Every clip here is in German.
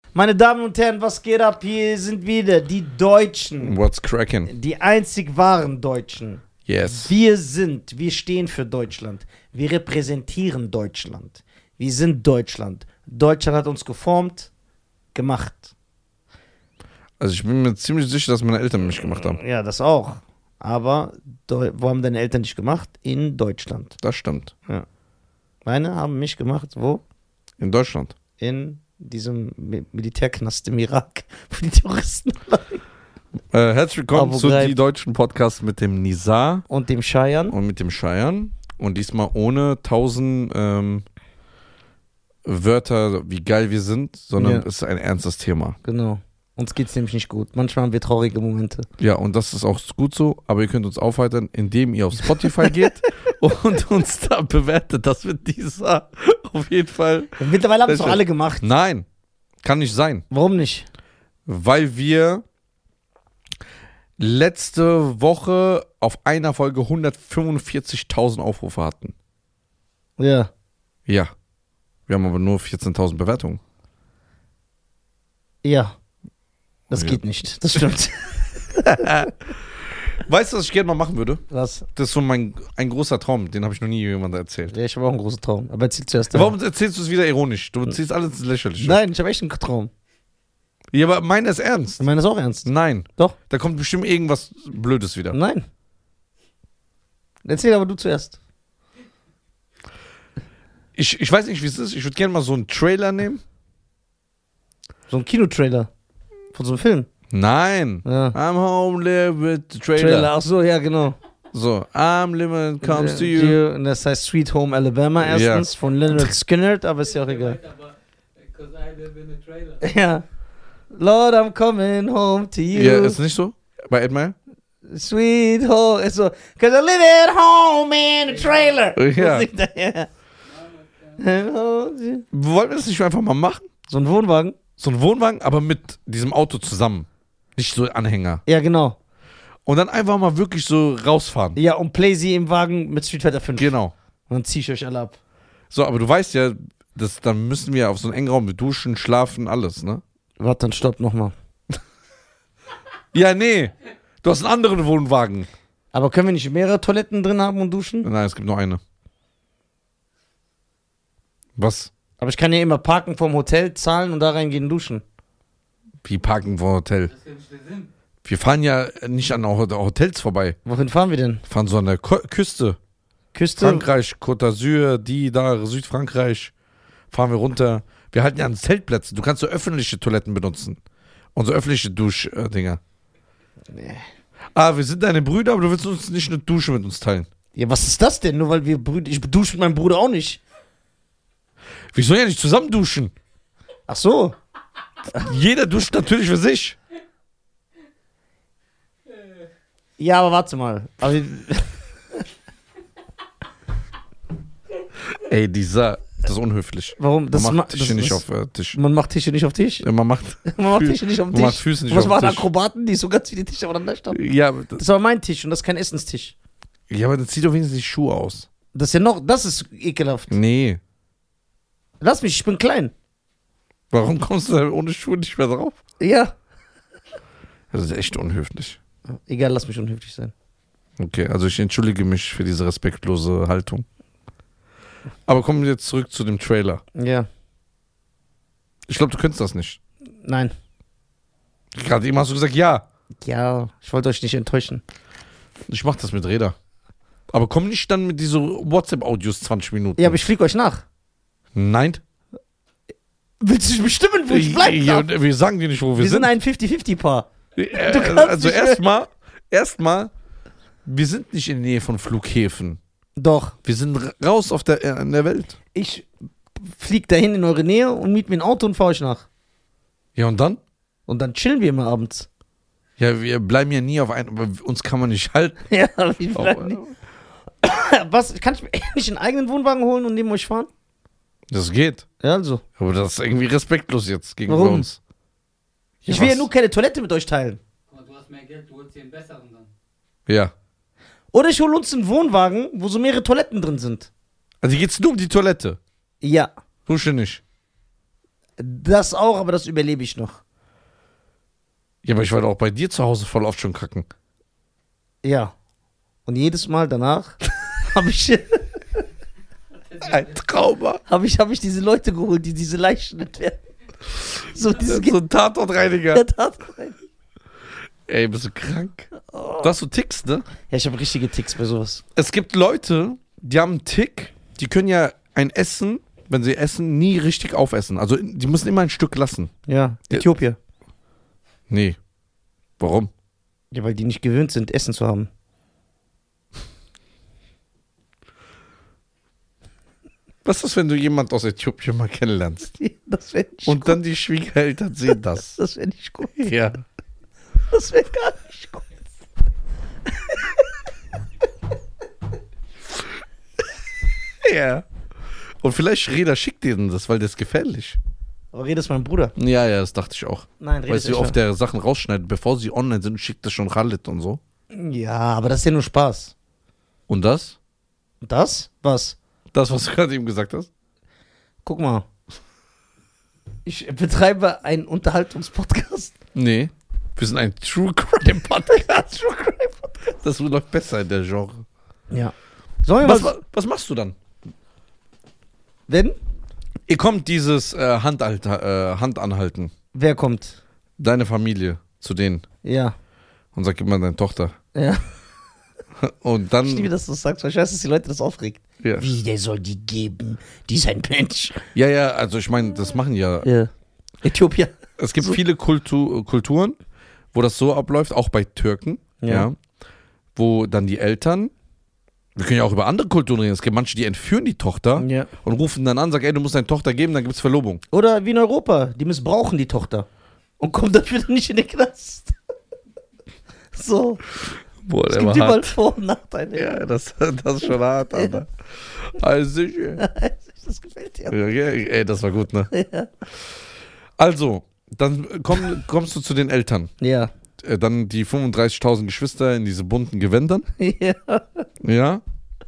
Meine Damen und Herren, was geht ab? Hier sind wieder die Deutschen. What's cracking? Die einzig wahren Deutschen. Yes. Wir stehen für Deutschland. Wir repräsentieren Deutschland. Wir sind Deutschland. Deutschland hat uns geformt, gemacht. Also ich bin mir ziemlich sicher, dass meine Eltern mich gemacht haben. Ja, das auch. Aber wo haben deine Eltern dich gemacht? In Deutschland. Das stimmt. Ja. Meine haben mich gemacht, wo? In Deutschland. In diesem Militärknast im Irak, wo die Terroristen waren. Herzlich willkommen Abu zu Ghraib. Die Deutschen Podcast mit dem Nizar Und dem Scheiern. und mit dem Scheiern. Und diesmal ohne 1000 Wörter, wie geil wir sind, sondern Ja. es ist ein ernstes Thema. Genau. Uns geht's nämlich nicht gut. Manchmal haben wir traurige Momente. Ja, und das ist auch gut so, aber ihr könnt uns aufheitern, indem ihr auf Spotify geht und uns da bewertet. Das wird dieser auf jeden Fall. Mittlerweile haben es doch alle gemacht. Nein, kann nicht sein. Warum nicht? Weil wir letzte Woche auf einer Folge 145.000 Aufrufe hatten. Ja. Ja. Wir haben aber nur 14.000 Bewertungen. Ja. Das Ja. geht nicht. Das stimmt. Weißt du, was ich gerne mal machen würde? Was? Das ist so ein großer Traum, den habe ich noch nie jemandem erzählt. Ja, ich habe auch einen großen Traum. Aber erzähl zuerst. Warum erzählst du es wieder ironisch? Du ziehst alles lächerlich. Nein, ich habe echt einen Traum. Ja, aber meiner ist ernst. Ich meine das auch ernst. Nein. Doch. Da kommt bestimmt irgendwas Blödes wieder. Nein. Erzähl aber du zuerst. Ich weiß nicht, wie es ist. Ich würde gerne mal so einen Trailer nehmen. So ein Kinotrailer. Von so einem Film. Nein. Ja. I'm home, live with the trailer. Ach so, ja, genau. So, I'm living, comes to you. Und das heißt Sweet Home Alabama erstens. Von Leonard Skinner, aber ist ja auch egal. Because I live in a trailer. Ja. Lord, I'm coming home to you. Ja, ist nicht so? Bei Ed Meyer? Sweet home. Ist so, cause I live at home in a trailer. Ja. So singt er, ja. Wollen wir das nicht einfach mal machen? So ein Wohnwagen? So ein Wohnwagen, aber mit diesem Auto zusammen. Nicht so Anhänger. Ja, genau. Und dann einfach mal wirklich so rausfahren. Ja, und play sie im Wagen mit Street Fighter 5. Genau. Und dann zieh ich euch alle ab. So, aber du weißt ja, dann müssen wir auf so einen engen Raum mit duschen, schlafen, alles, ne? Warte, dann stopp nochmal. Ja, nee. Du hast einen anderen Wohnwagen. Aber können wir nicht mehrere Toiletten drin haben und duschen? Nein, es gibt nur eine. Was? Aber ich kann ja immer parken vom Hotel, zahlen und da reingehen und duschen. Wie parken vor Hotel? Das ist ja nicht der Sinn. Wir fahren ja nicht an Hotels vorbei. Wohin fahren wir denn? Wir fahren so an der Küste. Küste? Frankreich, Côte d'Azur, Südfrankreich. Fahren wir runter. Wir halten ja an Zeltplätzen. Du kannst so öffentliche Toiletten benutzen. Und so öffentliche Duschdinger. Nee. Wir sind deine Brüder, aber du willst uns nicht eine Dusche mit uns teilen. Ja, was ist das denn? Nur weil wir Brüder. Ich dusche mit meinem Bruder auch nicht. Wir sollen ja nicht zusammen duschen. Ach so. Jeder duscht natürlich für sich. Ja, aber warte mal. Aber Ey, das ist unhöflich. warum? Man macht Tische nicht auf Tisch. Man macht Tische nicht auf Tisch? Man macht Man macht Tische nicht auf den Man macht Tisch. Füße nicht Was auf machen den Tisch. Akrobaten, die so ganz viele Tische aufeinander standen? Ja, Das ist aber mein Tisch und das ist kein Essenstisch. aber dann zieh doch wenigstens die Schuhe aus. Das ist ja noch, das ist ekelhaft. Nee. Lass mich, ich bin klein. Warum kommst du da ohne Schuhe nicht mehr drauf? Ja. Das ist echt unhöflich. Egal, lass mich unhöflich sein. Okay, also ich entschuldige mich für diese respektlose Haltung. Aber kommen wir jetzt zurück zu dem Trailer. Ja. Ich glaube, du könntest das nicht. Nein. Gerade eben hast du gesagt, ja. Ja, ich wollte euch nicht enttäuschen. Ich mach das mit Räder. Aber komm nicht dann mit diesen WhatsApp-Audios 20 Minuten. Ja, aber ich fliege euch nach. Nein. Willst du dich bestimmen, wo ich bleiben Ja, darf? wir sagen dir nicht, wo wir Wir sind sind. ein 50-50-Paar. Also nicht erstmal, wir sind nicht in der Nähe von Flughäfen. Doch. Wir sind raus in der Welt. Ich flieg dahin in eure Nähe und miet mir ein Auto und fahr euch nach. Ja, und dann? Und dann chillen wir immer abends. Ja, wir bleiben ja nie auf aber uns kann man nicht halten. Ja, aber ich bleib nicht. Was? Kann ich mir nicht einen eigenen Wohnwagen holen und neben euch fahren? Das geht. Ja, also. Aber das ist irgendwie respektlos jetzt gegenüber Warum? uns. Ja, Ich will ja was? nur keine Toilette mit euch teilen. Guck mal, du hast mehr Geld, du holst dir einen besseren dann. Ja. Oder ich hole uns einen Wohnwagen, wo so mehrere Toiletten drin sind. Also geht's nur um die Toilette. Ja. Dusche nicht. Das auch, aber das überlebe ich noch. Ja, aber ich war doch auch bei dir zu Hause voll oft schon kacken. Ja. Und jedes Mal danach habe ich, Ein Trauma. hab ich diese Leute geholt, die diese Leichen entfernen. So diese So ein Tatortreiniger. der Tat. Ey, bist du krank? Oh. Du hast so Ticks, ne? Ja, ich habe richtige Ticks bei sowas. Es gibt Leute, die haben einen Tick, die können ja ein Essen, wenn sie essen, nie richtig aufessen. Also die müssen immer ein Stück lassen. Ja, Ja. Äthiopien. Nee. Warum? Ja, weil die nicht gewöhnt sind, Essen zu haben. Was ist, wenn du jemand aus Äthiopien mal kennenlernst? Das wäre nicht Und dann die Schwiegereltern sehen das. Das wäre nicht gut. Ja. Das wäre gar nicht gut. Ja. Und vielleicht Reda schickt dir das, weil das ist gefährlich. Aber Reda ist mein Bruder. Ja, ja, das dachte ich auch. Nein, Reda Weißt du, wie oft der Sachen rausschneidet, bevor sie online sind, schickt das schon Khalid und so. Ja, aber das ist ja nur Spaß. Und das? Das? Was? Das, was du gerade eben gesagt hast? Guck mal. Ich betreibe einen Unterhaltungspodcast. Nee. Wir sind ein True Crime Podcast. True Crime Podcast. Das wird noch besser in der Genre. Ja. Sollen wir mal. Was machst du dann? Wenn? Ihr kommt dieses Handanhalten. Wer kommt? Deine Familie zu denen. Ja. Und sag, gib mal deine Tochter. Ja. Und dann. Ich liebe, dass du das sagst, weil ich weiß, dass die Leute das aufregt. Ja. Wie, der soll die geben? Die ist ein Mensch. Ja, also ich meine, das machen ja. Ja. Äthiopien. Es gibt viele Kulturen, wo das so abläuft, auch bei Türken. Ja. Wo dann die Eltern. Wir können ja auch über andere Kulturen reden. Es gibt manche, die entführen die Tochter Ja. und rufen dann an, sagen, ey, du musst deine Tochter geben, dann gibt's Verlobung. Oder wie in Europa, die missbrauchen die Tochter. Und kommen dafür dann nicht in den Knast. So. Boah, Es gibt überall Vor- und Nachteile. Ja, das ist schon hart, Alter. Also sicher. Das gefällt dir. Ja, ey, das war gut, ne? Ja. Also, dann kommst du zu den Eltern. Ja. Dann die 35.000 Geschwister in diese bunten Gewändern. Ja. Ja.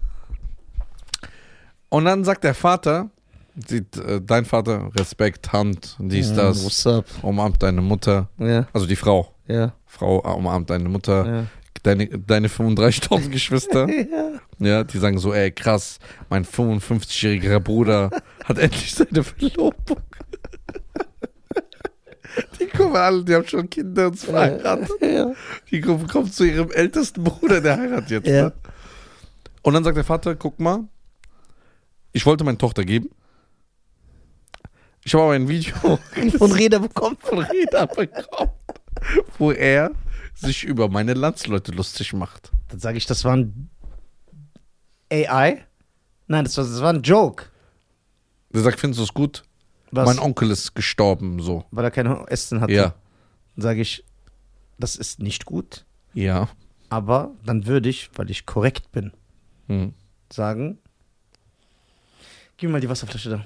Und dann sagt der Vater, dein Vater, Respekt, Hand, dies, das, What's up? umarmt deine Mutter. Ja. Also die Frau. Ja. Frau umarmt deine Mutter. Ja. Deine 35.000 Geschwister. Ja. Ja, die sagen so, ey, krass, mein 55-jähriger Bruder hat endlich seine Verlobung. Die kommen alle, die haben schon Kinder und verheiratet. Ja. Die kommen zu ihrem ältesten Bruder, der heiratet jetzt. Ja. Ne? Und dann sagt der Vater, guck mal, ich wollte meine Tochter geben. Ich habe aber ein Video Von Reda bekommen. von Reda bekommen, wo er sich über meine Landsleute lustig macht. Dann sage ich, das war ein AI? Nein, das war ein Joke. Der sagt, findest du es gut? Was? Mein Onkel ist gestorben, so. Weil er keine Essen hatte. Ja. Dann sage ich, das ist nicht gut. Ja. Aber dann würde ich, weil ich korrekt bin, Hm. sagen, gib mir mal die Wasserflasche da.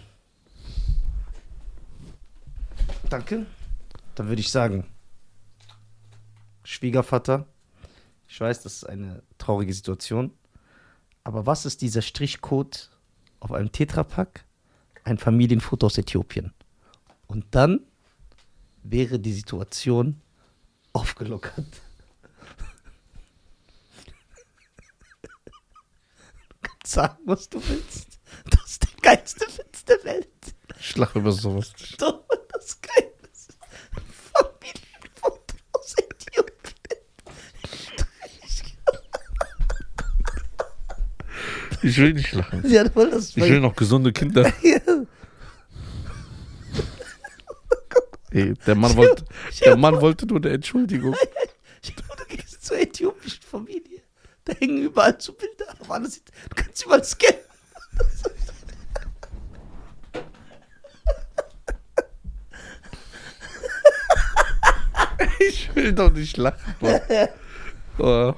Danke. Dann würde ich sagen, Schwiegervater, ich weiß, das ist eine traurige Situation, aber was ist dieser Strichcode auf einem Tetrapack? Ein Familienfoto aus Äthiopien. Und dann wäre die Situation aufgelockert. Du kannst sagen, was du willst. Das ist der geilste Witz der Welt. Ich lache über sowas. Doch, das Geile ist Familienfoto aus Äthiopien. Ich will nicht lachen. Ja, weil das Ich will noch gesunde Kinder. Ja. Ey, der Mann wollte nur eine Entschuldigung. Du gehst zur äthiopischen Familie. Da hängen überall so Bilder. Aber alles, du kannst überall scannen. Ich will doch nicht lachen. Mann. Oh.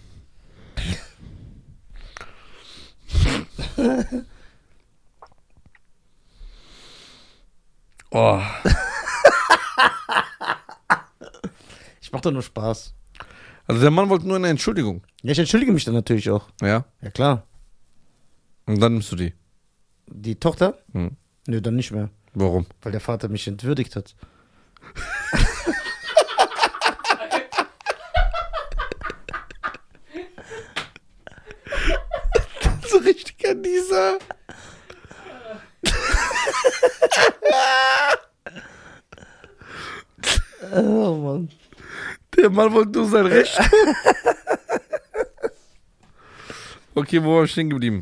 Oh. Ich mach doch nur Spaß. Also der Mann wollte nur eine Entschuldigung. Ja, ich entschuldige mich dann natürlich auch. Ja. Ja, klar. Und dann nimmst du die. Die Tochter? Hm. Nö, dann nicht mehr. Warum? Weil der Vater mich entwürdigt hat. So richtig an dieser. Oh Mann. Der Mann wollte nur sein Recht. Okay, wo waren wir stehen geblieben?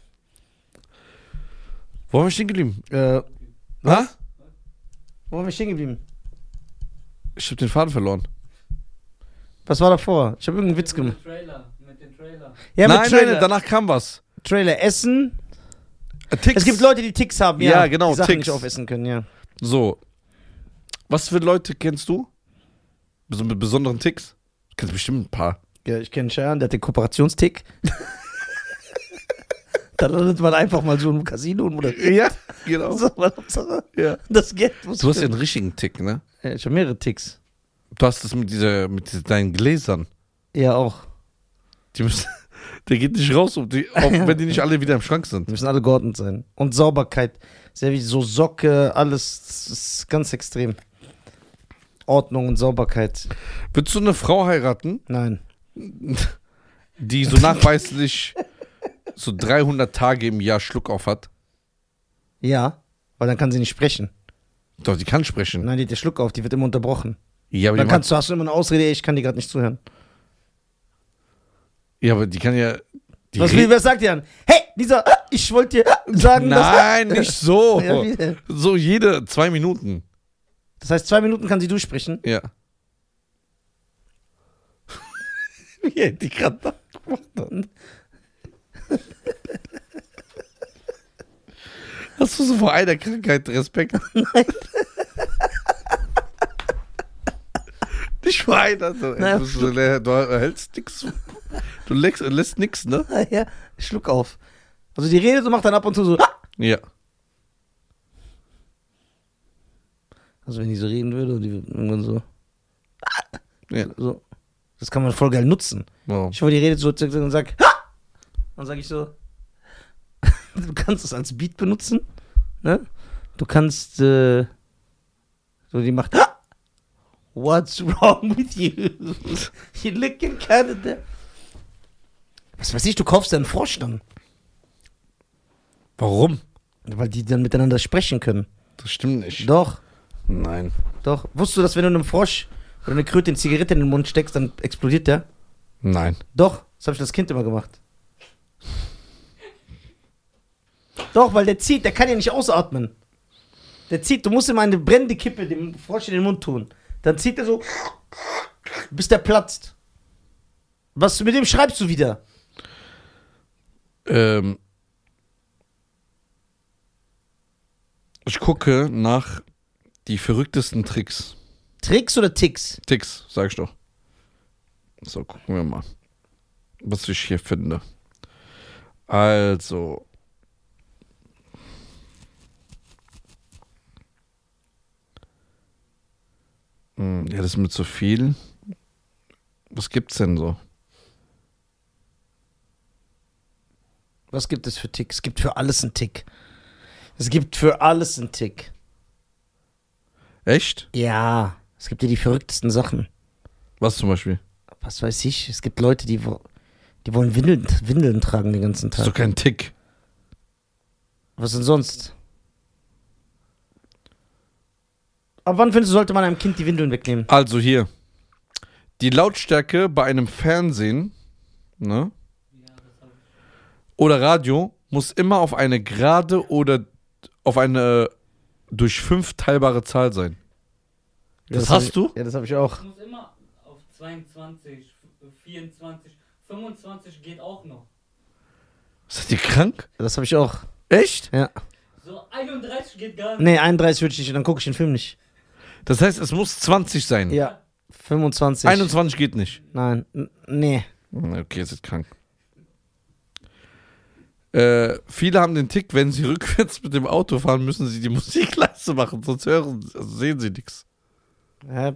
Wo waren wir stehen geblieben? Was? Wo waren wir stehen geblieben? Ich hab den Faden verloren. Was war davor? Ich habe irgendeinen Witz gemacht. Mit dem Trailer. Ja, nein, mit Trailer. nein, danach kam was. Trailer essen. Ticks. Es gibt Leute, die Ticks haben, ja. Ja, genau, Die Sachen Ticks. nicht aufessen können, ja. So. Was für Leute kennst du? So mit besonderen Ticks? Du kennst bestimmt ein paar. Ja, ich kenne Cheyenne, der hat den Kooperationstick. Da landet man einfach mal so im Casino und moderiert. Ja, genau. So, was Hauptsache, Ja. das Geld muss Du hast ja stimmen. einen richtigen Tick, ne? Ja, ich habe mehrere Ticks. Du hast das mit deinen Gläsern. Ja, auch. Die müssen, der geht nicht raus, auch wenn die nicht alle wieder im Schrank sind. Die müssen alle geordnet sein. Und Sauberkeit. Sehr wichtig. So Socke, alles. Das ist ganz extrem. Ordnung und Sauberkeit. Würdest du eine Frau heiraten, Nein. die so nachweislich so 300 Tage im Jahr Schluck auf hat? Ja, weil dann kann sie nicht sprechen. Doch, die kann sprechen. Nein, die hat den Schluck auf, die wird immer unterbrochen. Ja, aber Dann die, hast du immer eine Ausrede, ey, ich kann dir gerade nicht zuhören. ja, aber die kann ja. Die Was sagt ihr dann? Hey, dieser, ich wollte dir sagen, Nein, nicht so. Ja, wie denn? So jede 2 Minuten. Das heißt, 2 Minuten kann sie durchsprechen. Ja. Wie hat die gerade nachgemacht hat. Hast du so vor einer Krankheit Respekt? Nein. Nicht vor einer. Nein. Du hältst nix. Du lässt nix, ne? Ja, Schluck auf. Also die redet und macht dann ab und zu so. Ja. Also wenn die so reden würde und die irgendwann so. Ja. So. Das kann man voll geil nutzen. Wow. Ich hoffe, die redet so und sagt. Dann sage ich so. Du kannst es als Beat benutzen. Ne? Du kannst. So, die macht. What's wrong with you? You look in Canada. Was weiß ich, du kaufst ja einen Frosch dann. Warum? Weil die dann miteinander sprechen können. Das stimmt nicht. Doch, Nein. doch. Wusstest du, dass wenn du einem Frosch oder eine Kröte eine Zigarette in den Mund steckst, dann explodiert der? Nein. Doch, das habe ich als Kind immer gemacht. Doch, weil der zieht, der kann ja nicht ausatmen. Der zieht, du musst ihm eine brennende Kippe dem Frosch in den Mund tun. Dann zieht er so, bis der platzt. Was mit dem schreibst du wieder? Ich gucke nach die verrücktesten Tricks. Tricks oder Ticks? Ticks, sag ich doch. So, gucken wir mal, was ich hier finde. Also. Ja, das ist mir zu viel. Was gibt's denn so? Was gibt es für Ticks? Es gibt für alles einen Tick. Es gibt für alles einen Tick. Echt? Ja, es gibt ja die verrücktesten Sachen. Was zum Beispiel? Was weiß ich, es gibt Leute, die wollen Windeln tragen den ganzen Das ist Tag. doch kein Tick. Was denn sonst? Ab wann findest du, sollte man einem Kind die Windeln wegnehmen? Also hier. Die Lautstärke bei einem Fernsehen, ne? Ja, das hab ich. Oder Radio muss immer auf eine gerade oder auf eine durch 5 teilbare Zahl sein. Das hab hast ich, du? Ja, das habe ich auch. Es muss immer auf 22, 24, 25 geht auch noch. Seid ihr krank? Das habe ich auch. Echt? Ja. So 31 geht gar nicht. Nee, 31 würde ich nicht, dann gucke ich den Film nicht. Das heißt, es muss 20 sein. Ja. 25. 21 geht nicht. Nein. Nee. Okay, ihr seid krank. Viele haben den Tick, wenn sie rückwärts mit dem Auto fahren, müssen sie die Musik leise machen, sonst sehen sie nichts. Ja,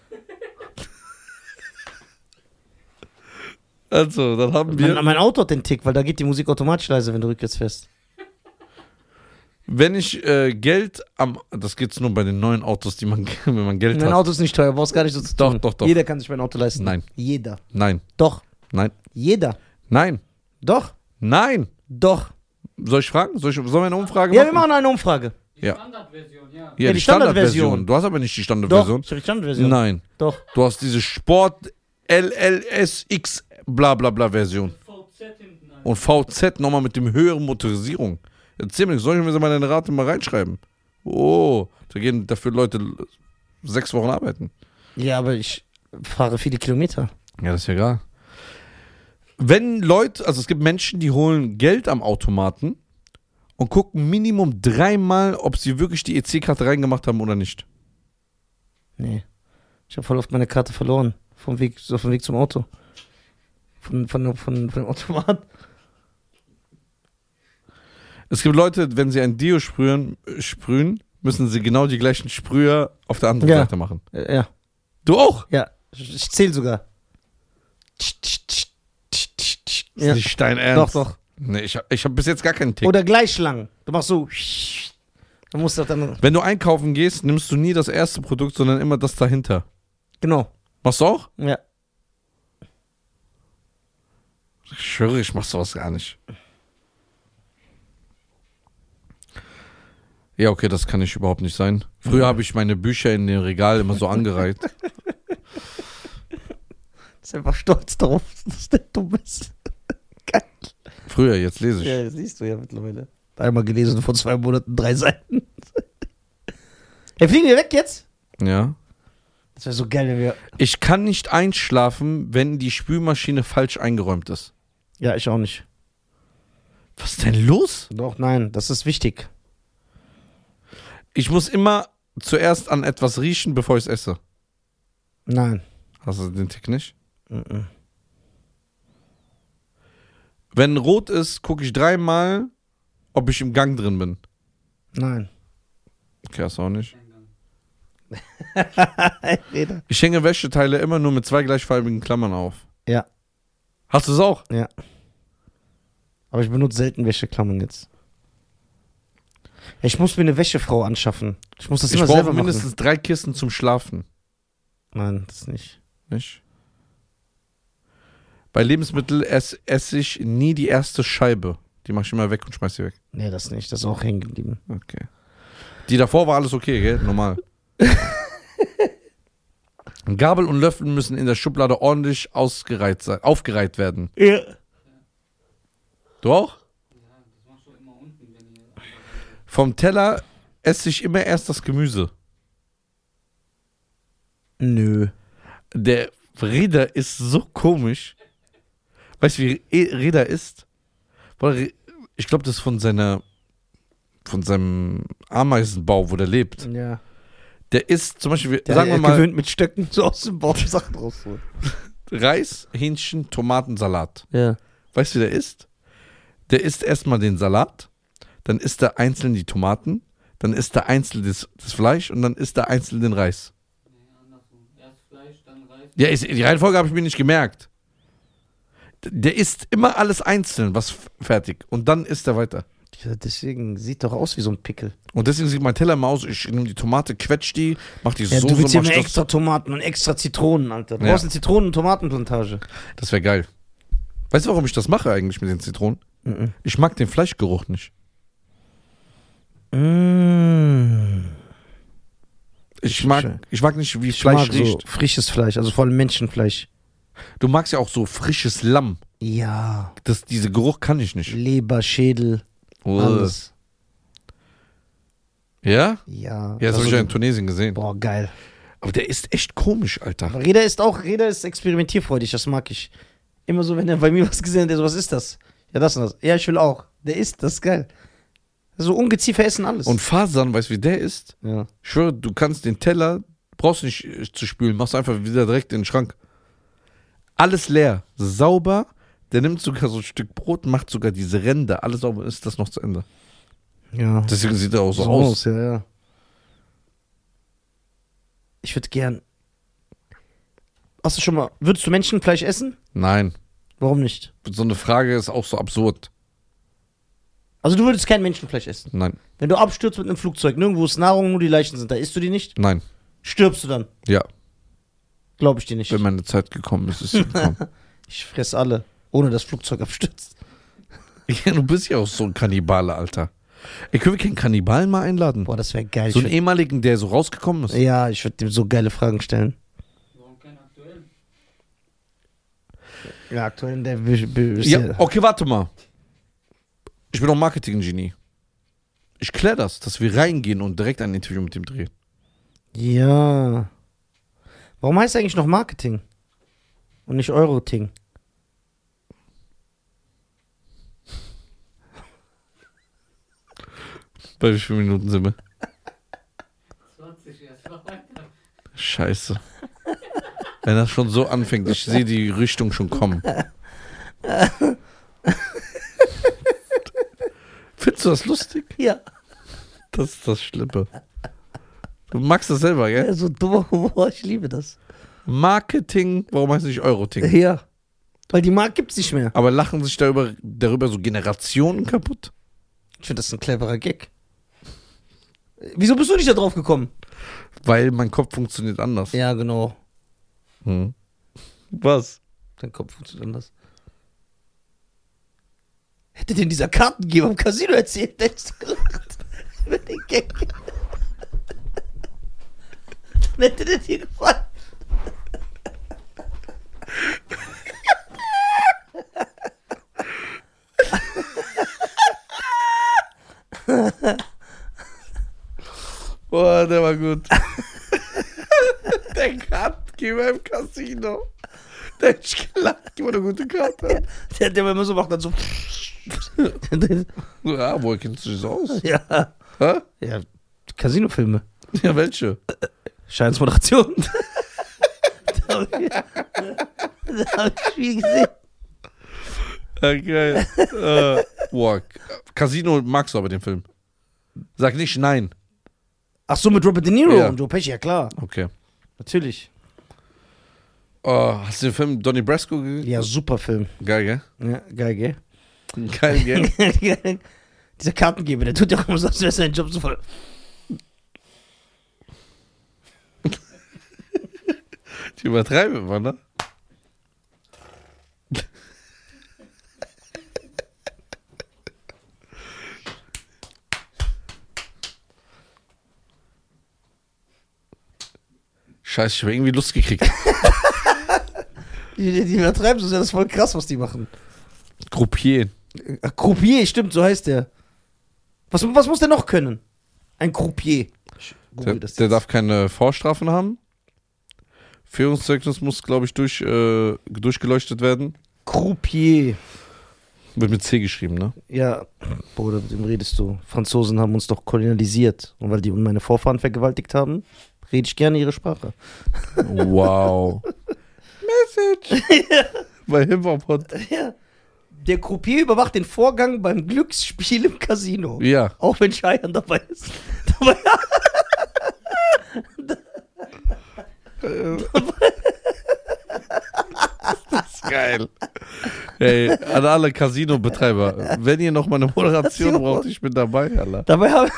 Also, dann haben wir. mein Auto hat den Tick, weil da geht die Musik automatisch leise, wenn du rückwärts fährst. Wenn ich Geld das geht's nur bei den neuen Autos, die man, wenn man Geld Mein hat. Auto ist nicht teuer, brauchst gar nicht so zu tun. Doch. Jeder kann sich mein Auto leisten. Nein. Jeder. Nein, Doch. nein, Jeder. nein, Doch. nein. Doch. Soll ich fragen? Sollen wir eine Umfrage Ja, machen? wir machen eine Umfrage. Die Ja. Standardversion, ja. Ja, die Standardversion. Du hast aber nicht die Doch. Standardversion. Ich hab die Standardversion. Nein. Doch. Du hast diese Sport LLSX bla bla bla Version. VZ hinten an. Und VZ nochmal mit dem höheren Motorisierung. Erzähl mir, soll ich mir mal deine Rate mal reinschreiben? Oh, da gehen dafür Leute 6 Wochen arbeiten. Ja, aber ich fahre viele Kilometer. Ja, das ist ja egal. Wenn Leute, also es gibt Menschen, die holen Geld am Automaten und gucken Minimum 3-mal, ob sie wirklich die EC-Karte reingemacht haben oder nicht. Nee. Ich habe voll oft meine Karte verloren. Vom Weg zum Auto. Von dem Automat. Es gibt Leute, wenn sie ein Deo sprühen, müssen sie genau die gleichen Sprüher auf der anderen Ja. Seite machen. Ja. Du auch? Ja. Ich zähle sogar. Das Ja. ist nicht dein Ernst. Doch. Nee, ich hab bis jetzt gar keinen Tick. Oder gleich lang. Du machst so. Dann musst du dann. Wenn du einkaufen gehst, nimmst du nie das erste Produkt, sondern immer das dahinter. Genau. Machst du auch? Ja. Ich schwöre, ich mach sowas gar nicht. Ja, okay, das kann ich überhaupt nicht sein. Früher habe ich meine Bücher in dem Regal immer so angereiht. Ist einfach stolz darauf, dass der dumm ist. Geil. Früher, jetzt lese ich. Ja, das siehst du ja mittlerweile. Einmal gelesen vor 2 Monaten, 3 Seiten. Hey, fliegen wir weg jetzt? Ja. Das wäre so geil, wenn wir. Ich kann nicht einschlafen, wenn die Spülmaschine falsch eingeräumt ist. Ja, ich auch nicht. Was ist denn los? Doch, nein, das ist wichtig. Ich muss immer zuerst an etwas riechen, bevor ich es esse. Nein. Hast du den Tick nicht? Mhm. Wenn rot ist, gucke ich 3-mal, ob ich im Gang drin bin. Nein. Okay, hast du auch nicht. Reda. Ich hänge Wäscheteile immer nur mit 2 gleichfarbigen Klammern auf. Ja, Hast du es auch? ja. Aber ich benutze selten Wäscheklammern jetzt. Ich muss mir eine Wäschefrau anschaffen. Ich muss das Ich immer selber brauche machen. mindestens 3 Kisten zum Schlafen. Nein, das nicht. Nicht? Bei Lebensmitteln esse ich nie die erste Scheibe. Die mache ich immer weg und schmeiß sie weg. Nee, das nicht. Das ist auch hängen geblieben. Okay. Die davor war alles okay, gell? Normal. Gabel und Löffel müssen in der Schublade ordentlich aufgereiht werden. Ja. Du auch? Ja, das machst du immer unten, wenn ihr. Vom Teller esse ich immer erst das Gemüse. Nö. Der Reda ist so komisch. Weißt du, wie Reda ist? Ich glaube, das ist von seinem Ameisenbau, wo der lebt. Ja. Der isst zum Beispiel, Der sagen wir mal, gewöhnt mit Stöcken so aus dem Bauch Sachen rausholen. Reis, Hähnchen, Tomatensalat. Ja. Weißt du, wie der isst? Der isst erstmal den Salat, dann isst er einzeln die Tomaten, dann isst er einzeln das Fleisch und dann isst er einzeln den Reis. Nee, andersrum. Erst Fleisch, dann Reis. Ja, die Reihenfolge habe ich mir nicht gemerkt. Der isst immer alles einzeln, was fertig. Und dann isst er weiter. Ja, deswegen sieht doch aus wie so ein Pickel. Und deswegen sieht mein Teller immer aus, ich nehme die Tomate, quetsch die, mach die Ja, Soße, du willst ja mach immer das. extra Tomaten und extra Zitronen, Alter. Du Ja. brauchst eine Zitronen- und Tomatenplantage. Das wäre geil. Weißt du, warum ich das mache eigentlich mit den Zitronen? Mhm. Ich mag den Fleischgeruch nicht. Mmh. Ich mag nicht, wie Ich Fleisch mag riecht. so frisches Fleisch, also vor allem Menschenfleisch. Du magst ja auch so frisches Lamm. Ja. Diese Geruch kann ich nicht. Leber, Schädel, alles. Ja? Ja. Ja, das habe Also, ich ja in Tunesien gesehen. boah, geil. Aber der ist echt komisch, Alter. Aber Reda ist experimentierfreudig, das mag ich. Immer so, wenn er bei mir was gesehen hat, der so, was ist das? Ja, das und das. Ja, ich will auch. Der isst, das ist geil. So Ungeziefer essen alles. Und Fasan, weißt du, wie der ist? ja. Ich schwöre, du kannst den Teller, brauchst nicht zu spülen, machst einfach wieder direkt in den Schrank. Alles leer, sauber. Der nimmt sogar so ein Stück Brot, macht sogar diese Ränder, alles sauber, ist das noch zu Ende. Ja. Deswegen sieht er auch so So aus. ja, ja. Ich würde gern. Würdest du Menschenfleisch essen? Nein, Warum nicht? so eine Frage ist auch so absurd. Also du würdest kein Menschenfleisch essen. Nein. Wenn du abstürzt mit einem Flugzeug, nirgendwo ist Nahrung, nur die Leichen sind, da isst du die nicht? Nein. Stirbst du dann? Ja. Glaube ich dir nicht. Wenn meine Zeit gekommen ist, ist sie gekommen. Ich fress alle, ohne das Flugzeug abstürzt. Ja, du bist ja auch so ein Kannibale, Alter. Ey, können wir keinen Kannibalen mal einladen? Boah, das wäre geil. So einen ehemaligen, der so rausgekommen ist? Ja, ich würde dem so geile Fragen stellen. Warum kein aktuell? Ja, aktuell der Ja, okay, warte mal. Ich bin auch Marketing-Genie. Ich klär das, dass wir reingehen und direkt ein Interview mit ihm drehen. Ja. Warum heißt eigentlich noch Marketing? Und nicht Euroting? Bei wie vielen Minuten sind wir? 20 erst noch weiter. Scheiße. Wenn das schon so anfängt, ich sehe die Richtung schon kommen. Findest du das lustig? Ja. Das ist das Schlimme. Du magst das selber, gell? So dummer Humor, ich liebe das. Marketing, warum heißt es nicht Euroting? Ja. Weil die Marke gibt's nicht mehr. Aber lachen sich darüber so Generationen kaputt? Ich finde das ein cleverer Gag. Wieso bist du nicht da drauf gekommen? Weil mein Kopf funktioniert anders. Ja, genau. Hm. Was? Dein Kopf funktioniert anders. Hätte denn dieser Kartengeber im Casino erzählt, hättest du gelacht. Über den Gag. Dann hätte der dir gefallen. Boah, der war gut. Der Kartengeber im Casino. Der hat sich gelacht. Gib mal eine gute Karte. Der immer so macht, dann so. Ja, woher kennst du das aus? Ja. Hä? Ja, Casino-Filme. Ja, welche? Scheins Moderation. Da hab ich viel gesehen. Ja, geil. Boah, Casino magst du aber den Film. Sag nicht nein. Ach so, mit Robert De Niro Ja. und Joe Pesci, ja klar. Okay. Natürlich. Hast du den Film Donnie Brasco gesehen? Ja, super Film. Geil, gell? Ja, geil, gell? Geil, gell? Dieser Kartengeber, der tut ja auch immer so, als wäre sein Job so voll. Die übertreiben immer, ne? Scheiße, ich habe irgendwie Lust gekriegt. Die übertreiben so, das ist voll krass, was die machen. Gruppieren. Croupier, stimmt, so heißt der. Was muss der noch können? Ein Croupier. Ich google das Der jetzt. darf keine Vorstrafen haben. Führungszeugnis muss, glaube ich, durchgeleuchtet werden. Croupier. Wird mit C geschrieben, ne? Ja, Bruder, mit dem redest du. Franzosen haben uns doch kolonialisiert. Und weil die meine Vorfahren vergewaltigt haben, rede ich gerne ihre Sprache. Wow. Message. Bei Hip-Hop. Ja. Der Croupier überwacht den Vorgang beim Glücksspiel im Casino. Ja. Auch wenn Cheyenne dabei ist. Dabei Das ist geil. Hey, an alle Casino-Betreiber, wenn ihr noch mal eine Moderation braucht, ich bin dabei, Alter. Dabei haben.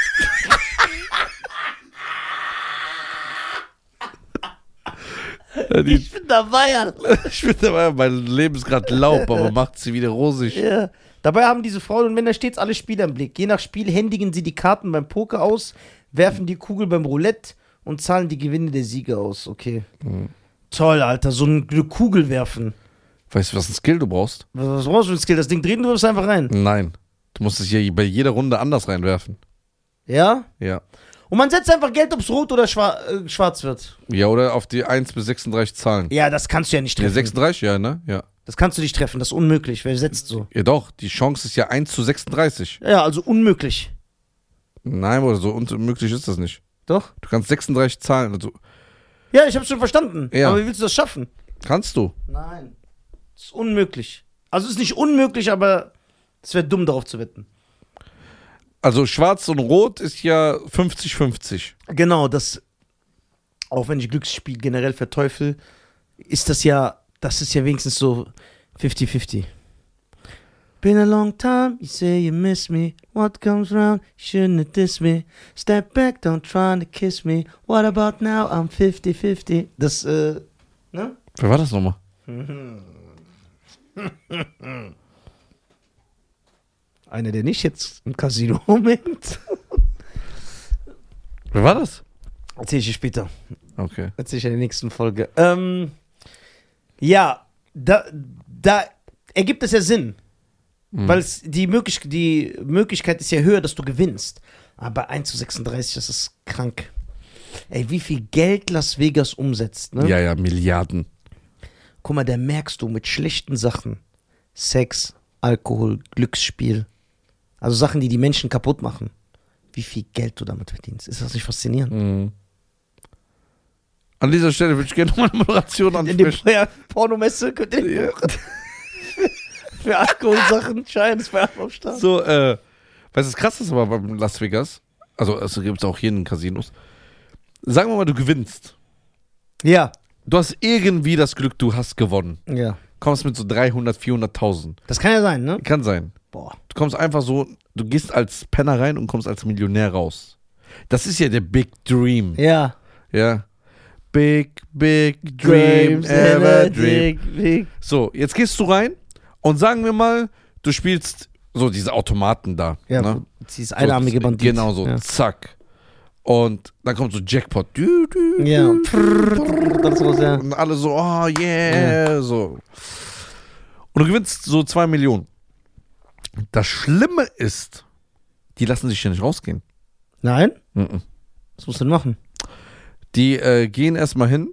Ich bin dabei, Alter. Ich bin dabei, mein Leben ist gerade Laub, aber macht sie wieder rosig. Ja. Dabei haben diese Frauen und Männer stets alle Spieler im Blick. Je nach Spiel händigen sie die Karten beim Poker aus, werfen die Kugel beim Roulette und zahlen die Gewinne der Sieger aus. Okay. Toll, Alter. So eine Kugel werfen. Weißt du, was ein Skill du brauchst? Was brauchst du für ein Skill? Das Ding drehen, du wirfst einfach rein. Nein. Du musst es ja bei jeder Runde anders reinwerfen. Ja? Ja. Und man setzt einfach Geld, ob es rot oder schwarz wird. Ja, oder auf die 1 bis 36 Zahlen. Ja, das kannst du ja nicht Ja, treffen. 36, ja, ne? Ja. Das kannst du nicht treffen. Das ist unmöglich. Wer setzt so? Ja, doch. Die Chance ist ja 1 zu 36. Ja, also unmöglich. Nein, oder so unmöglich ist das nicht. Doch? Du kannst 36 Zahlen. Also, Ja, ich hab's schon verstanden. Ja. Aber wie willst du das schaffen? kannst du. Nein. Das ist unmöglich. Also ist nicht unmöglich, aber es wäre dumm, darauf zu wetten. Also schwarz und rot ist ja 50-50. Genau, das, auch wenn ich Glücksspiel generell verteufel, das ist ja wenigstens so 50-50. Been a long time, you say you miss me. What comes round, you shouldn't have dissed me. Step back, don't try to kiss me. What about now, I'm 50-50. Das, ne? Wer war das nochmal? Einer, der nicht jetzt im Casino rumhängt. Wer war das? Erzähl ich dir später. Okay. Erzähl ich in der nächsten Folge. Ja, da ergibt es ja Sinn. Weil die Möglichkeit ist ja höher, dass du gewinnst. Aber 1:36, das ist krank. Ey, wie viel Geld Las Vegas umsetzt, ne? Ja, Milliarden. Guck mal, da merkst du mit schlechten Sachen. Sex, Alkohol, Glücksspiel. Also Sachen, die die Menschen kaputt machen. Wie viel Geld du damit verdienst. Ist das nicht faszinierend? Mhm. An dieser Stelle würde ich gerne nochmal eine Moderation In dem ansprechen. Pornomesse könnt ihr buchen. Für Alkoholsachen, Schein, das war am Start. So, weißt du, das Krasse ist aber beim Las Vegas, also es gibt es auch hier in den Casinos, sagen wir mal, du gewinnst. Ja. Du hast irgendwie das Glück, du hast gewonnen. Ja. Kommst mit so 300, 400.000. Das kann ja sein, ne? Kann sein. Boah. Du kommst einfach so, du gehst als Penner rein und kommst als Millionär raus. Das ist ja der Big Dream. Ja. Ja. Big dream, ever dream. Big. So, jetzt gehst du rein und sagen wir mal, du spielst so diese Automaten da. Ja, ne? dieses einarmige so, Bandit. Genau so, Ja. zack. Und dann kommt so Jackpot. Ja. Das was, ja. Und alle so, oh yeah, so. Und du gewinnst so 2 Millionen. Das Schlimme ist, die lassen sich ja nicht rausgehen. Nein? Mhm. Was musst du denn machen? Die gehen erstmal hin.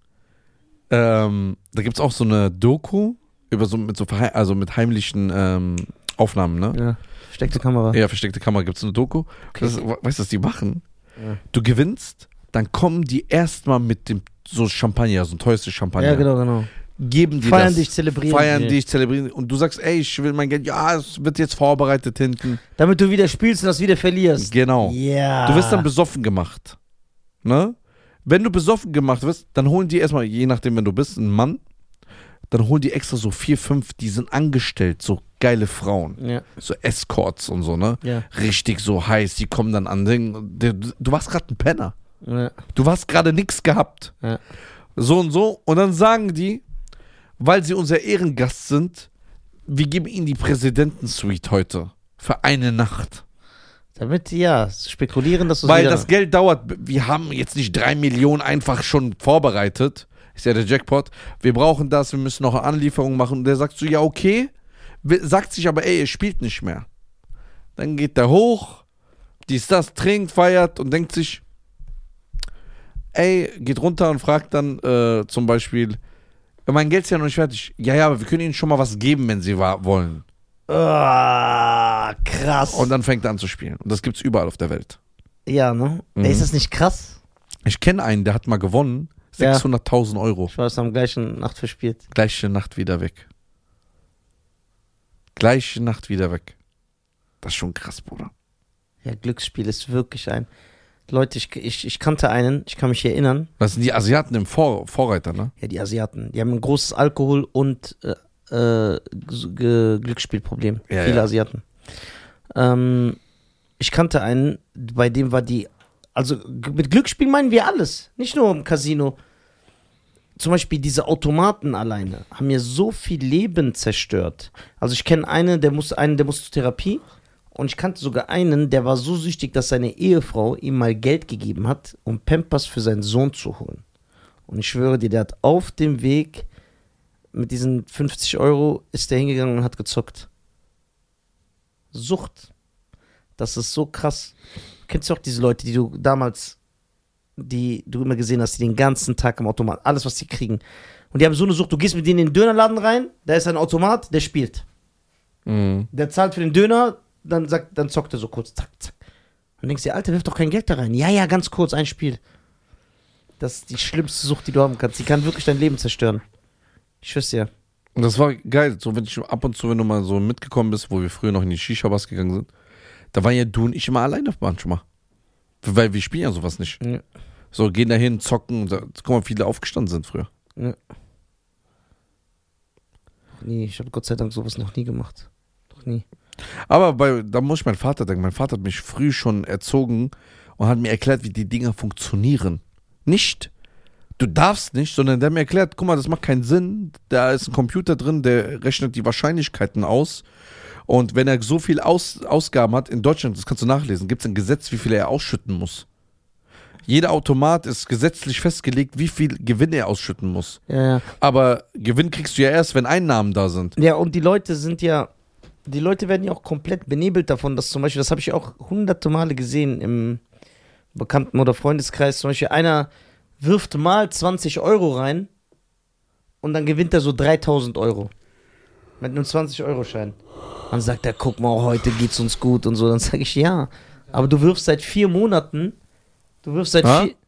Da gibt es auch so eine Doku über mit heimlichen Aufnahmen, ne? Ja. Versteckte Kamera. Ja, versteckte Kamera gibt es eine Doku. Okay. Weißt du, was die machen? Ja. Du gewinnst, dann kommen die erstmal mit dem so Champagner, so ein teures Champagner. Ja, genau. Geben dir Feiern das. dich, zelebrieren. Feiern dich, zelebrieren. Und du sagst, ey, ich will mein Geld. Ja, es wird jetzt vorbereitet hinten. Damit du wieder spielst und das wieder verlierst. Genau. Ja. Du wirst dann besoffen gemacht. Ne? Wenn du besoffen gemacht wirst, dann holen die erstmal, je nachdem, wenn du bist, einen Mann, dann holen die extra so 4, 5, die sind angestellt, so geile Frauen. Ja. So Escorts und so, ne? Ja. Richtig so heiß, die kommen dann an. Du warst gerade ein Penner. Ja. Du hast gerade nichts gehabt. Ja. So und so. Und dann sagen die, weil sie unser Ehrengast sind, wir geben ihnen die Präsidentensuite heute. Für eine Nacht. Damit die ja spekulieren, dass du Weil das Geld dauert. Wir haben jetzt nicht 3 Millionen einfach schon vorbereitet. Ist ja der Jackpot. Wir brauchen das, wir müssen noch eine Anlieferung machen. Und der sagt so, ja okay. Sagt sich aber, ey, ihr spielt nicht mehr. Dann geht der hoch, das, trinkt, feiert und denkt sich, ey, geht runter und fragt dann zum Beispiel, mein Geld ist ja noch nicht fertig. Ja, aber wir können Ihnen schon mal was geben, wenn Sie wollen. Krass. Und dann fängt er an zu spielen. Und das gibt's überall auf der Welt. Ja, ne? Mhm. Ey, ist das nicht krass? Ich kenne einen, der hat mal gewonnen. 600.000 Euro. Ich war es am gleichen Nacht verspielt. Gleiche Nacht wieder weg. Gleiche Nacht wieder weg. Das ist schon krass, Bruder. Ja, Glücksspiel ist wirklich ein... Leute, ich kannte einen, ich kann mich erinnern. Das sind die Asiaten im Vorreiter, ne? Ja, die Asiaten. Die haben ein großes Alkohol- und Glücksspielproblem. Ja, Viele ja. Asiaten. Ich kannte einen, bei dem war die... Also mit Glücksspiel meinen wir alles. Nicht nur im Casino. Zum Beispiel diese Automaten alleine haben mir so viel Leben zerstört. Also ich kenne einen, der musste zur Therapie. Und ich kannte sogar einen, der war so süchtig, dass seine Ehefrau ihm mal Geld gegeben hat, um Pampers für seinen Sohn zu holen. Und ich schwöre dir, der hat auf dem Weg mit diesen 50 Euro ist der hingegangen und hat gezockt. Sucht. Das ist so krass. Kennst du auch diese Leute, die du damals, die du immer gesehen hast, die den ganzen Tag am Automat, alles, was sie kriegen. Und die haben so eine Sucht, du gehst mit denen in den Dönerladen rein, da ist ein Automat, der spielt. Mhm. Der zahlt für den Döner, dann zockt er so kurz, zack, zack. Und denkst dir, Alter, wirf doch kein Geld da rein. Ja, ganz kurz, ein Spiel. Das ist die schlimmste Sucht, die du haben kannst. Die kann wirklich dein Leben zerstören. Ich schwör's dir. Und das war geil. So, wenn ich ab und zu, wenn du mal so mitgekommen bist, wo wir früher noch in die Shisha-Bars gegangen sind, da waren ja du und ich immer alleine manchmal. Weil wir spielen ja sowas nicht. Ja. So, gehen da hin, zocken. Guck mal, viele aufgestanden sind früher. Ja. Nee, ich habe Gott sei Dank sowas noch nie gemacht. nie. Aber da muss ich meinen Vater denken. Mein Vater hat mich früh schon erzogen und hat mir erklärt, wie die Dinger funktionieren. Nicht, du darfst nicht, sondern der hat mir erklärt, guck mal, das macht keinen Sinn. Da ist ein Computer drin, der rechnet die Wahrscheinlichkeiten aus. Und wenn er so viel Ausgaben hat, in Deutschland, das kannst du nachlesen, gibt es ein Gesetz, wie viel er ausschütten muss. Jeder Automat ist gesetzlich festgelegt, wie viel Gewinn er ausschütten muss. Ja. Aber Gewinn kriegst du ja erst, wenn Einnahmen da sind. Ja, und die Leute werden ja auch komplett benebelt davon, dass zum Beispiel, das habe ich auch hunderte Male gesehen im Bekannten- oder Freundeskreis, zum Beispiel einer wirft mal 20 Euro rein und dann gewinnt er so 3.000 Euro. Mit einem 20-Euro-Schein. Dann sagt er, guck mal, heute geht's uns gut und so. Dann sage ich, ja, aber du wirfst seit 4 Monaten, Das ist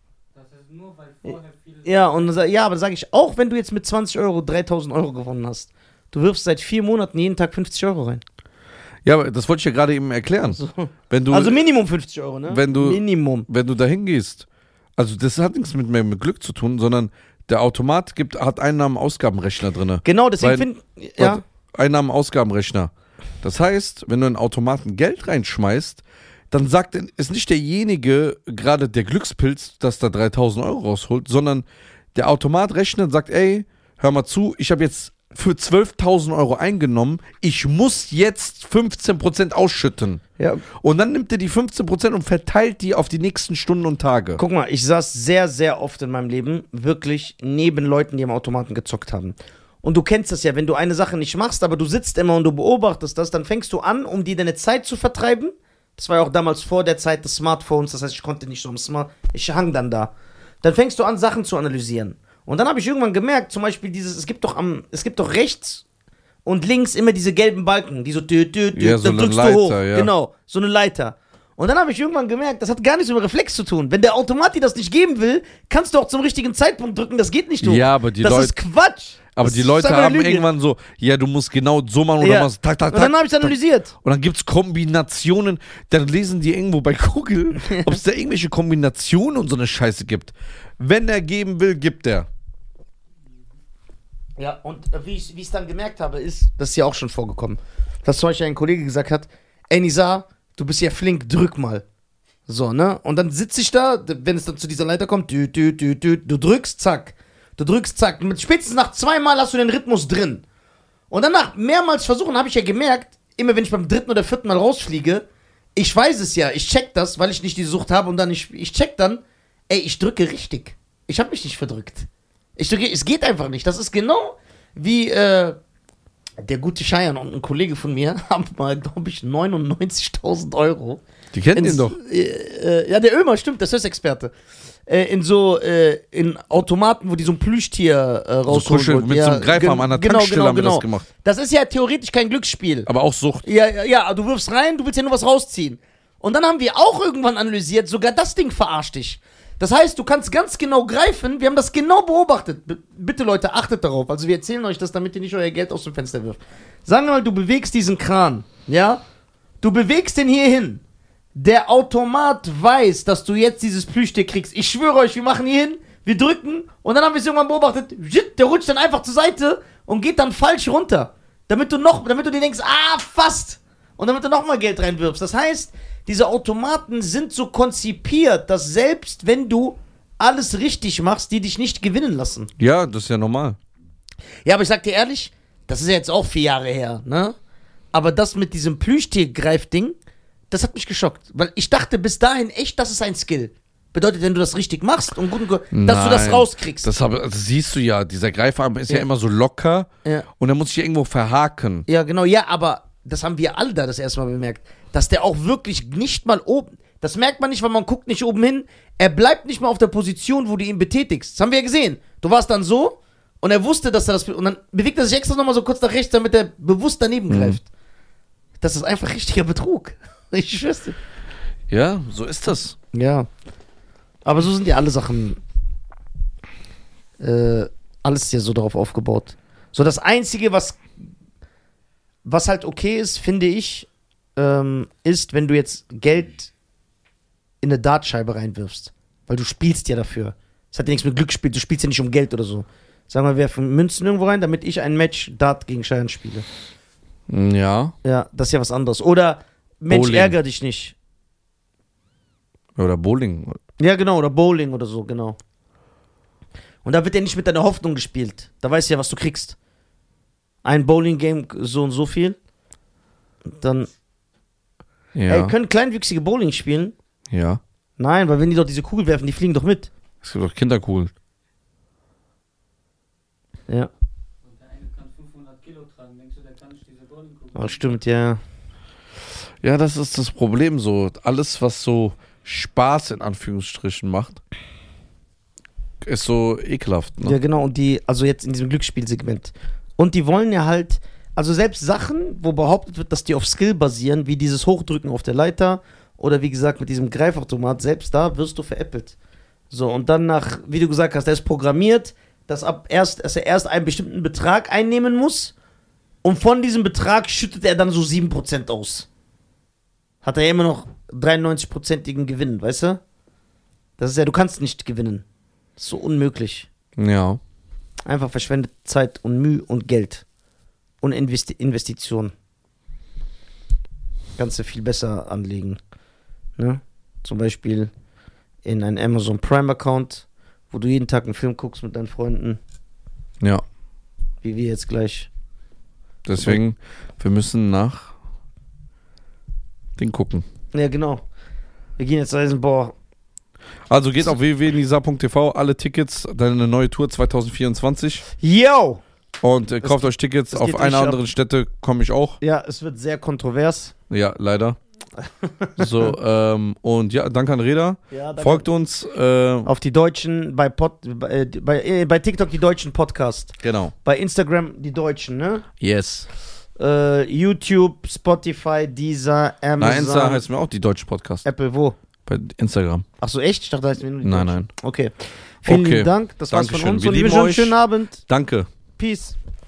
nur, weil vorher viele... Ja, und dann ja, aber sage ich, auch wenn du jetzt mit 20 Euro 3.000 Euro gewonnen hast, du wirfst seit 4 Monaten jeden Tag 50 Euro rein. Ja, aber das wollte ich ja gerade eben erklären. Also, Wenn du, also Minimum 50 Euro, ne? Minimum. Wenn du da hingehst, also das hat nichts mit Glück zu tun, sondern der Automat hat Einnahmen-Ausgabenrechner drin. Genau, deswegen ja. Einnahmen-Ausgabenrechner. Das heißt, wenn du in einen Automaten Geld reinschmeißt, dann ist nicht derjenige, gerade der Glückspilz, dass da 3.000 Euro rausholt, sondern der Automat rechnet und sagt, ey, hör mal zu, ich habe jetzt für 12.000 Euro eingenommen, ich muss jetzt 15% ausschütten. Ja. Und dann nimmt er die 15% und verteilt die auf die nächsten Stunden und Tage. Guck mal, ich saß sehr, sehr oft in meinem Leben wirklich neben Leuten, die am Automaten gezockt haben. Und du kennst das ja, wenn du eine Sache nicht machst, aber du sitzt immer und du beobachtest das, dann fängst du an, um dir deine Zeit zu vertreiben. Das war ja auch damals vor der Zeit des Smartphones, das heißt, ich konnte nicht so am ich hang dann da. Dann fängst du an, Sachen zu analysieren. Und dann habe ich irgendwann gemerkt, zum Beispiel es gibt doch rechts und links immer diese gelben Balken, die so, Ja, so dann eine drückst Leiter, du hoch. ja. Genau, so eine Leiter. Und dann habe ich irgendwann gemerkt, das hat gar nichts mit Reflex zu tun. Wenn der Automat dir das nicht geben will, kannst du auch zum richtigen Zeitpunkt drücken, das geht nicht hoch. Ja, aber das ist Quatsch. Aber das die Leute ist einfach haben Lüge. irgendwann so, ja, du musst genau so machen oder Ja. machst tak, tak, Und tak. dann habe ich es analysiert. Und dann gibt es Kombinationen, dann lesen die irgendwo bei Google, ob es da irgendwelche Kombinationen und so eine Scheiße gibt. Wenn er geben will, gibt er. Ja, und wie ich es dann gemerkt habe, ist, das ist ja auch schon vorgekommen, dass zum Beispiel ein Kollege gesagt hat, ey Nizar, du bist ja flink, drück mal. So, ne? Und dann sitze ich da, wenn es dann zu dieser Leiter kommt, du drückst, zack. Du drückst, zack. Und spätestens nach 2 Mal hast du den Rhythmus drin. Und dann nach mehrmals versuchen, habe ich ja gemerkt, immer wenn ich beim 3. oder 4. Mal rausfliege, ich weiß es ja, ich check das, weil ich nicht die Sucht habe und dann ich check dann, ey, ich drücke richtig. Ich habe mich nicht verdrückt. Es geht einfach nicht. Das ist genau wie der gute Cheyenne und ein Kollege von mir haben mal, glaube ich, 99.000 Euro. Die kennen ihn doch. Ja, der Ömer, stimmt, der Swiss-Experte. In Automaten, wo die so ein Plüschtier rausholen So wollten. mit so einem Greifarm an der Tankstelle haben wir das gemacht. Das ist ja theoretisch kein Glücksspiel. Aber auch Sucht. Ja, du wirfst rein, du willst ja nur was rausziehen. Und dann haben wir auch irgendwann analysiert, sogar das Ding verarscht dich. Das heißt, du kannst ganz genau greifen, wir haben das genau beobachtet. Bitte Leute, achtet darauf. Also wir erzählen euch das, damit ihr nicht euer Geld aus dem Fenster wirft. Sagen wir mal, du bewegst diesen Kran, ja? Du bewegst den hier hin. Der Automat weiß, dass du jetzt dieses Plüschtier kriegst. Ich schwöre euch, wir machen hier hin, wir drücken und dann haben wir es irgendwann beobachtet. Der rutscht dann einfach zur Seite und geht dann falsch runter. Damit du dir denkst, fast. Und damit du nochmal Geld reinwirfst. Das heißt, diese Automaten sind so konzipiert, dass selbst wenn du alles richtig machst, die dich nicht gewinnen lassen. Ja, das ist ja normal. Ja, aber ich sag dir ehrlich, das ist ja jetzt auch 4 Jahre her, ne? Aber das mit diesem Plüschtier-Greifding, das hat mich geschockt. Weil ich dachte bis dahin echt, das ist ein Skill. Bedeutet, wenn du das richtig machst und dass du das rauskriegst. Das siehst du ja, dieser Greifarm ist ja immer so locker und er muss sich irgendwo verhaken. Ja, genau, ja, aber das haben wir alle da das erste Mal bemerkt, dass der auch wirklich nicht mal oben, das merkt man nicht, weil man guckt nicht oben hin, er bleibt nicht mal auf der Position, wo du ihn betätigst. Das haben wir ja gesehen. Du warst dann so und er wusste, dass er das, und dann bewegt er sich extra nochmal so kurz nach rechts, damit er bewusst daneben greift. Das ist einfach richtiger Betrug. Ich schwör's dir. Ja, so ist das. Ja. Aber so sind ja alle Sachen, alles ja so darauf aufgebaut. So das Einzige, was halt okay ist, finde ich, ist, wenn du jetzt Geld in eine Dartscheibe reinwirfst. Weil du spielst ja dafür. Das hat ja nichts mit Glücksspiel, du spielst ja nicht um Geld oder so. Sagen wir, wir werfen Münzen irgendwo rein, damit ich ein Match Dart gegen Cheyenne spiele. Ja. Ja, das ist ja was anderes. Oder Mensch, Bowling. ärger dich nicht. Oder Bowling. Ja, genau, oder Bowling oder so, genau. Und da wird ja nicht mit deiner Hoffnung gespielt. Da weißt du ja, was du kriegst. Ein Bowling-Game so und so viel. Und dann. Ja. Ey, können Kleinwüchsige Bowling spielen? Ja. Nein, weil wenn die doch diese Kugel werfen, die fliegen doch mit. Es gibt auch Kinderkugeln. Ja. Und der eine kann 500 Kilo tragen. Denkst du, der kann nicht diese Bowlingkugel? Oh, stimmt, ja. Ja, das ist das Problem so. Alles, was so Spaß in Anführungsstrichen macht, ist so ekelhaft. Ne? Ja, genau. Und die, also jetzt in diesem Glücksspielsegment. Und die wollen ja halt, also selbst Sachen, wo behauptet wird, dass die auf Skill basieren, wie dieses Hochdrücken auf der Leiter oder wie gesagt mit diesem Greifautomat, selbst da wirst du veräppelt. So, und dann nach, wie du gesagt hast, der ist programmiert, dass er erst einen bestimmten Betrag einnehmen muss und von diesem Betrag schüttet er dann so 7% aus. Hat er ja immer noch 93%igen Gewinn, weißt du? Das ist ja, du kannst nicht gewinnen. Das ist so unmöglich. Ja. Einfach verschwendet Zeit und Mühe und Geld. Und Investition. Kannst du viel besser anlegen. Ne? Zum Beispiel in einen Amazon Prime Account, wo du jeden Tag einen Film guckst mit deinen Freunden. Ja. Wie wir jetzt gleich. Deswegen, wir müssen nach den gucken. Ja, genau. Wir gehen jetzt reisen, boah. Also geht auf www.nisa.tv, alle Tickets, deine neue Tour 2024. Yo! Und kauft euch Tickets. das Auf geht einer richtig anderen Stätte komme ich auch. Ja, es wird sehr kontrovers. Ja, leider. So, und ja, danke an Reda. Ja, danke. Folgt uns. Auf die Deutschen, bei TikTok die Deutschen Podcast. Genau. Bei Instagram die Deutschen, ne? Yes. YouTube, Spotify, Deezer, Amazon. Na, Insta heißt mir auch die deutsche Podcast. Apple, wo? Bei Instagram. Ach so, echt? Ich dachte, da heißt mir nur die Nein, Deutschen. nein. Okay. Vielen Okay. lieben Dank. Das war's von Dankeschön. uns. Wir Und wir lieben wünschen einen euch. schönen Abend. Danke. Peace.